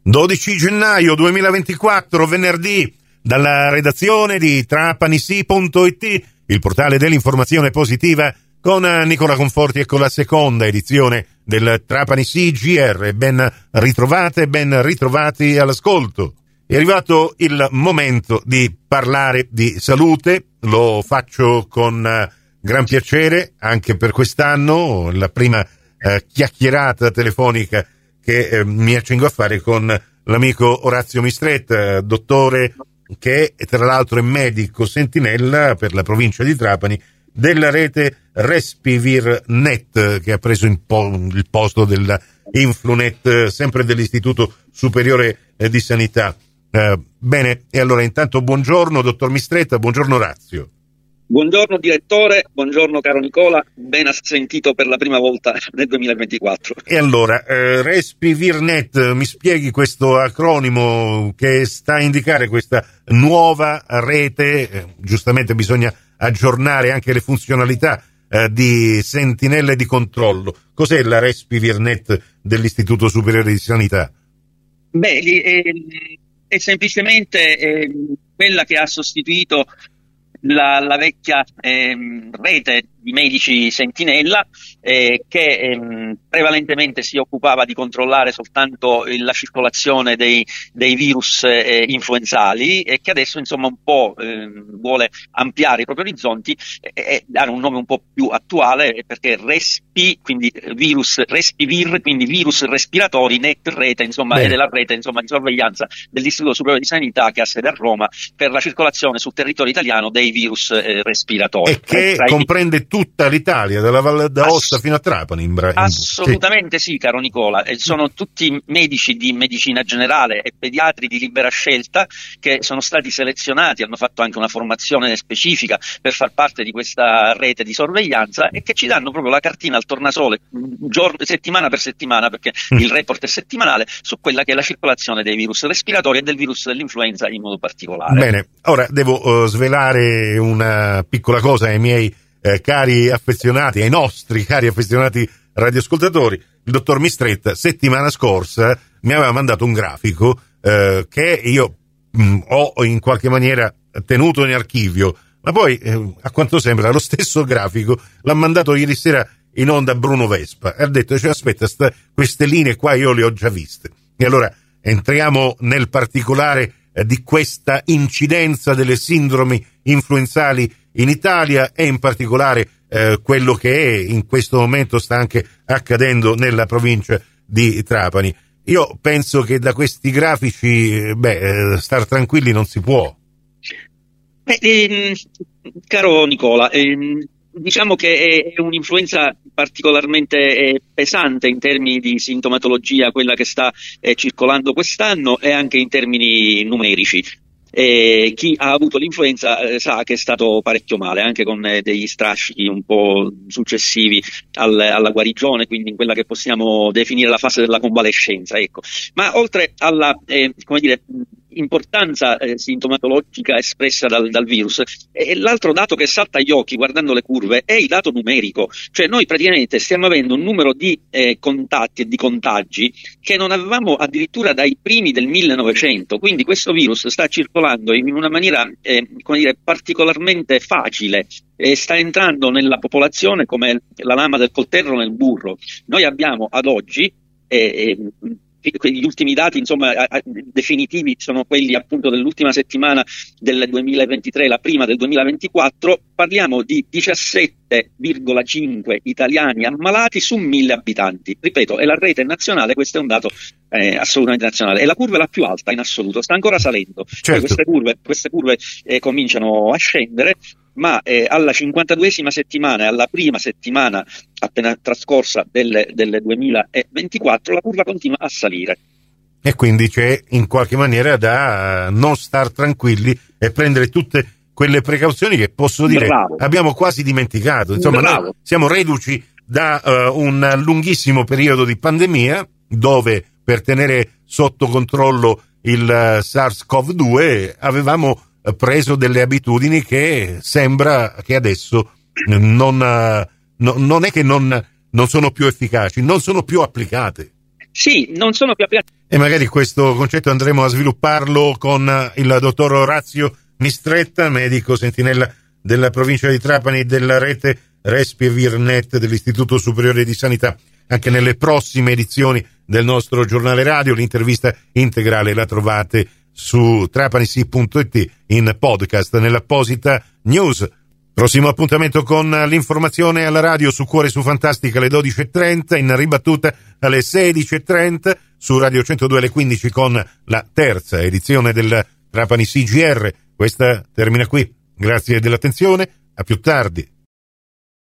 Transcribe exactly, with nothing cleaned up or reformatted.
dodici gennaio duemilaventiquattro, venerdì, dalla redazione di trapanisi punto it, il portale dell'informazione positiva, con Nicola Conforti e con la seconda edizione del Trapanisi G R. Ben ritrovate, ben ritrovati all'ascolto. È arrivato il momento di parlare di salute, lo faccio con eh, gran piacere anche per quest'anno, la prima eh, chiacchierata telefonica che eh, mi accingo a fare con l'amico Orazio Mistretta, dottore che tra l'altro è medico sentinella per la provincia di Trapani della rete RespivirNet, che ha preso in po- il posto della Influnet, sempre dell'Istituto Superiore di Sanità. Eh, bene, e allora intanto buongiorno dottor Mistretta, buongiorno Orazio. Buongiorno direttore, buongiorno caro Nicola, ben assentito per la prima volta nel duemilaventiquattro. E allora, eh, RespivirNet, mi spieghi questo acronimo che sta a indicare questa nuova rete, eh, giustamente bisogna aggiornare anche le funzionalità eh, di sentinella e di controllo. Cos'è la RespivirNet dell'Istituto Superiore di Sanità? Beh, è, è semplicemente è quella che ha sostituito La, la vecchia ehm, rete di medici sentinella eh, che ehm, prevalentemente si occupava di controllare soltanto la circolazione dei, dei virus eh, influenzali e che adesso insomma un po' eh, vuole ampliare i propri orizzonti e, e dare un nome un po' più attuale, perché Respi, quindi virus, Respivir, quindi virus respiratori, net rete, insomma, ed è la rete insomma di sorveglianza dell'Istituto Superiore di Sanità che ha sede a Roma per la circolazione sul territorio italiano dei virus eh, respiratori. E che eh, comprende tutta l'Italia, dalla Valle d'Aosta Ass- fino a Trapani. In Bra- assolutamente sì. sì, caro Nicola. E sono tutti medici di medicina generale e pediatri di libera scelta che sono stati selezionati, hanno fatto anche una formazione specifica per far parte di questa rete di sorveglianza e che ci danno proprio la cartina al tornasole, giorno, settimana per settimana, perché mm. il report è settimanale, su quella che è la circolazione dei virus respiratori e del virus dell'influenza in modo particolare. Bene, ora devo uh, svelare una piccola cosa ai miei eh, cari affezionati, ai nostri cari affezionati radioascoltatori. Il dottor Mistretta settimana scorsa mi aveva mandato un grafico eh, che io mh, ho in qualche maniera tenuto in archivio, ma poi eh, a quanto sembra lo stesso grafico l'ha mandato ieri sera in onda Bruno Vespa e ha detto, cioè, aspetta, sta, queste linee qua io le ho già viste. E allora entriamo nel particolare di questa incidenza delle sindromi influenzali in Italia e in particolare eh, quello che è in questo momento sta anche accadendo nella provincia di Trapani. Io penso che da questi grafici beh, eh, star tranquilli non si può. Beh, ehm, caro Nicola, ehm, diciamo che è un'influenza particolarmente eh, pesante in termini di sintomatologia, quella che sta eh, circolando quest'anno, e anche in termini numerici. E chi ha avuto l'influenza eh, sa che è stato parecchio male, anche con eh, degli strascichi un po' successivi al, alla guarigione, quindi in quella che possiamo definire la fase della convalescenza, ecco. Ma oltre alla, eh, come dire, importanza eh, sintomatologica espressa dal, dal virus, e l'altro dato che salta agli occhi guardando le curve è il dato numerico, cioè noi praticamente stiamo avendo un numero di eh, contatti e di contagi che non avevamo addirittura dai primi del millenovecento, quindi questo virus sta circolando in una maniera eh, come dire, particolarmente facile e sta entrando nella popolazione come la lama del coltello nel burro. Noi abbiamo ad oggi eh, eh, gli ultimi dati insomma definitivi sono quelli appunto dell'ultima settimana del duemilaventitré, la prima del duemilaventiquattro, parliamo di diciassette virgola cinque italiani ammalati su mille abitanti. Ripeto, è la rete nazionale, questo è un dato eh, assolutamente nazionale, e la curva è la più alta in assoluto, sta ancora salendo. Certo. Poi queste curve, queste curve eh, cominciano a scendere, ma eh, alla cinquantaduesima settimana e alla prima settimana appena trascorsa del, del duemilaventiquattro la curva continua a salire. E quindi c'è in qualche maniera da non star tranquilli e prendere tutte quelle precauzioni che posso dire Bravo. abbiamo quasi dimenticato. Insomma, noi siamo reduci da uh, un lunghissimo periodo di pandemia dove per tenere sotto controllo il uh, SARS-CoV due avevamo preso delle abitudini che sembra che adesso non, no, non è che non, non sono più efficaci, non sono più applicate. Sì, non sono più applicati. E magari questo concetto andremo a svilupparlo con il dottor Orazio Mistretta, medico sentinella della provincia di Trapani e della rete Respivirnet dell'Istituto Superiore di Sanità, anche nelle prossime edizioni del nostro giornale radio. L'intervista integrale la trovate su trapanisi punto it in podcast nell'apposita news. Prossimo appuntamento con l'informazione alla radio su Cuore su Fantastica alle dodici e trenta, in ribattuta alle sedici e trenta su Radio centodue alle quindici con la terza edizione del Trapani C G R. Questa termina qui. Grazie dell'attenzione, a più tardi.